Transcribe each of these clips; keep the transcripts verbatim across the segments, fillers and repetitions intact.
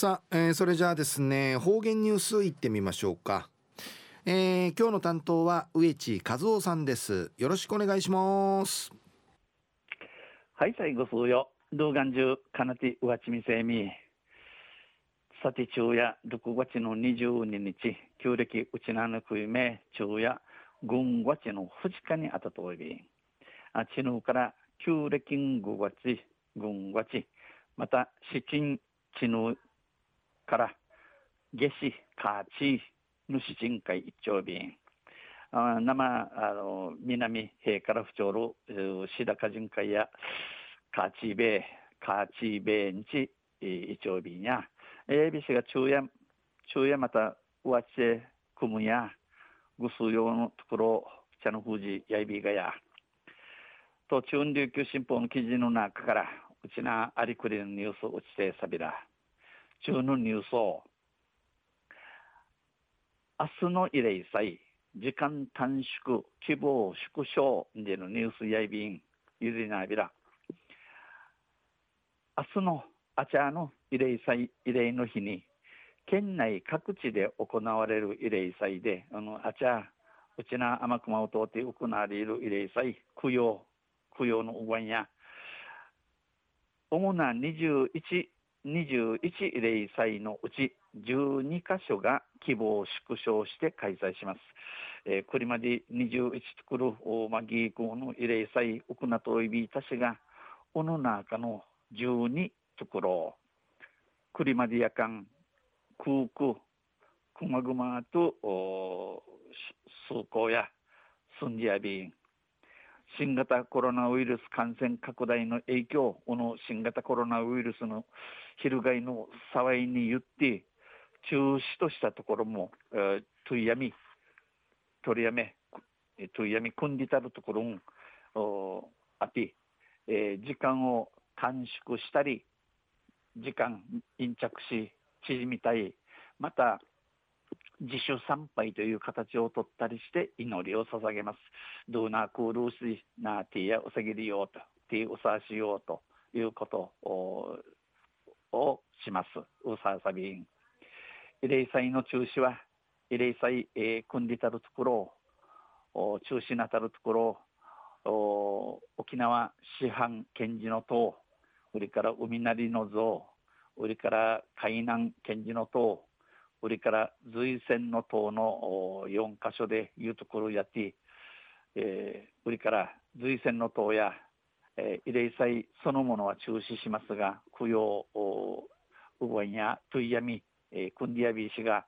さあ、えーそれじゃあですね、方言ニュースいってみましょうか。えー今日の担当は植地和夫さんです。よろしくお願いします。 はい、最後数よ。動画中、かなてうわちみせみ。さて、昼夜、ろくがつのにじゅうににち、旧暦うちなぬくいめ、昼夜、軍がちのふつかにあたとおび。あちぬから旧暦ぐがつ、軍がち、また、しちんちぬから夏至、かち、ぬしちんかい一丁便。あ生あの南平から不調るシダカ人会やカーチーベイカーチーベイにち一丁便やえびしが昼夜昼夜またうわちえ組むやぐす用のところ茶の富士やいびがやと中琉球新報の記事の中からうちなありくりのニュースをうちてさびら中のニュースを明日の慰霊祭時間短縮希望縮小でのニュースやいびんゆずなびら明日のあちゃの慰霊祭慰霊の日に県内各地で行われる慰霊祭であのあちゃうちな天熊を通って行われる慰霊祭供養供養のお盆や主なにじゅういち、にじゅういち慰霊祭のうちじゅうにかしょが希望縮小して開催します。えー、これまでにじゅういちところマギー校の慰霊祭行なといびいたしがおの中のじゅうにところクリマディアカン空空くまぐまと数校やスンジアビン新型コロナウイルス感染拡大の影響、この新型コロナウイルスの翻の騒いによって中止としたところも、えー、取りやみ、取りやめ、取りやみ、組んでたるところもあって、えー、時間を短縮したり、時間延着し、縮みたい、また、自主参拝という形を取ったりして祈りを捧げます。ドーナークールーシナーティーやうさぎりようと、ティーウサーしようということををします。ウサーサビン。慰霊祭の中止は、慰霊祭、えー、組んでたるところを、中止なたるところを、沖縄市藩賢治の塔、売りから海なりの像、売りから海南賢治の塔、売りから随泉の塔のよんかしょでいうところやって、えー、売りから随泉の塔や、えー、慰霊祭そのものは中止しますが、供養、ウボンやトゥイヤミ、えー、クンディアビー氏が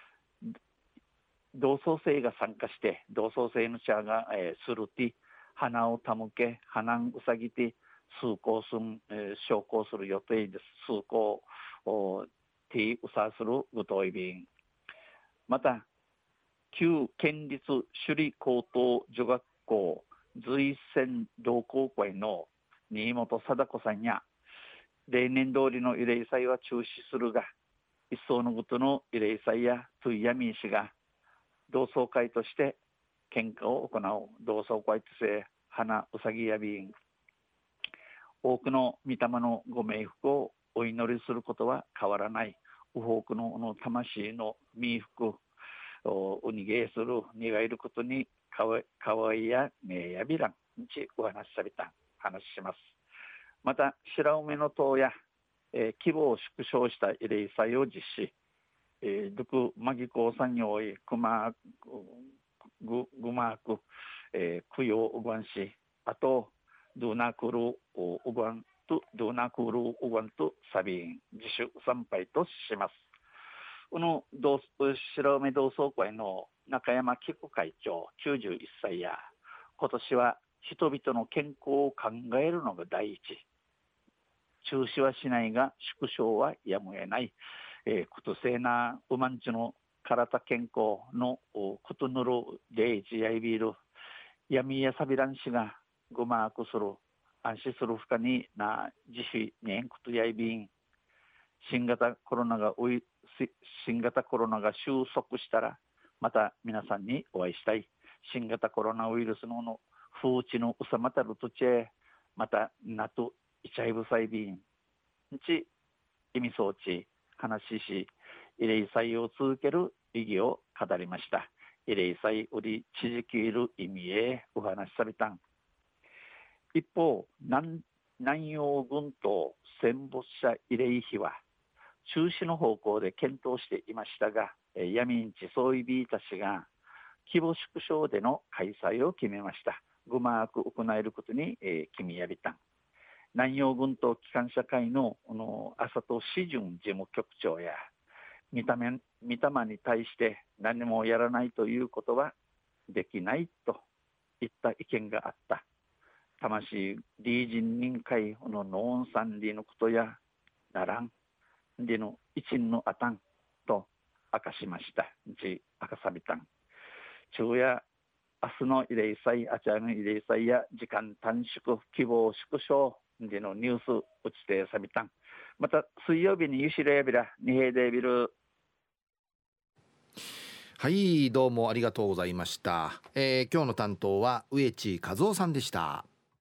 同窓生が参加して同窓生の茶が、えー、するて花を手向け花うさぎて数行すん、えー、昇降する予定です。数行ティーウサするごといびんまた旧県立首里高等女学校随泉同好会の新本貞子さんや例年通りの慰霊祭は中止するが一層のごとの慰霊祭やトゥイヤミン氏が同窓会として献花を行う同窓会として花うさぎやびん多くの御霊のご冥福をお祈りすることは変わらないウホークのの魂の冥福をおにげする願えることにかわかわいやねやびらんにちお話しされた話します。また白梅の塔や、えー、規模を縮小した慰霊祭を実施えー、ドクマギコ産業へクマググマーク、えー、供養うがんしあとドゥナクルうがんとドゥナクルうがんとサビン自主参拝とします。この同白梅同窓会の中山紀子会長きゅうじゅういっさいや今年は人々の健康を考えるのが第一中止はしないが縮小はやむを得ない、えー、ことせいなうまんちの体健康のことぬるデイジやいビール闇やさびらんしがごまくする安心するふかにな自費ねんことやいびん新型コロナがおい新型コロナが収束したらまた皆さんにお会いしたい新型コロナウイルスのの風知のうさまたるとちえまたなとイチャイブサイビンち意味装置話しし、慰霊祭を続ける意義を語りました。慰霊祭売り地じきいる意味へお話しされたん。一方、南南洋群島戦没者慰霊碑は中止の方向で検討していましたが、ヤミンチソイビーたちが規模縮小での開催を決めました。うまく行えることに、えー、決めやびたん。南洋群島機関社会の浅戸志順事務局長や見た目、見たまに対して何もやらないということはできないといった意見があった。魂リー人民会のノーンさんりのことやならんりの一員のあたんと明かしました。じ明かさびたん。昼夜明日の慰霊祭、あちらの慰霊祭や時間短縮、希望縮小でのニュース打ちてさびたん。また水曜日にゆしれやびらにへいでビル。 はい、どうもありがとうございました。えー、今日の担当は植地和夫さんでした。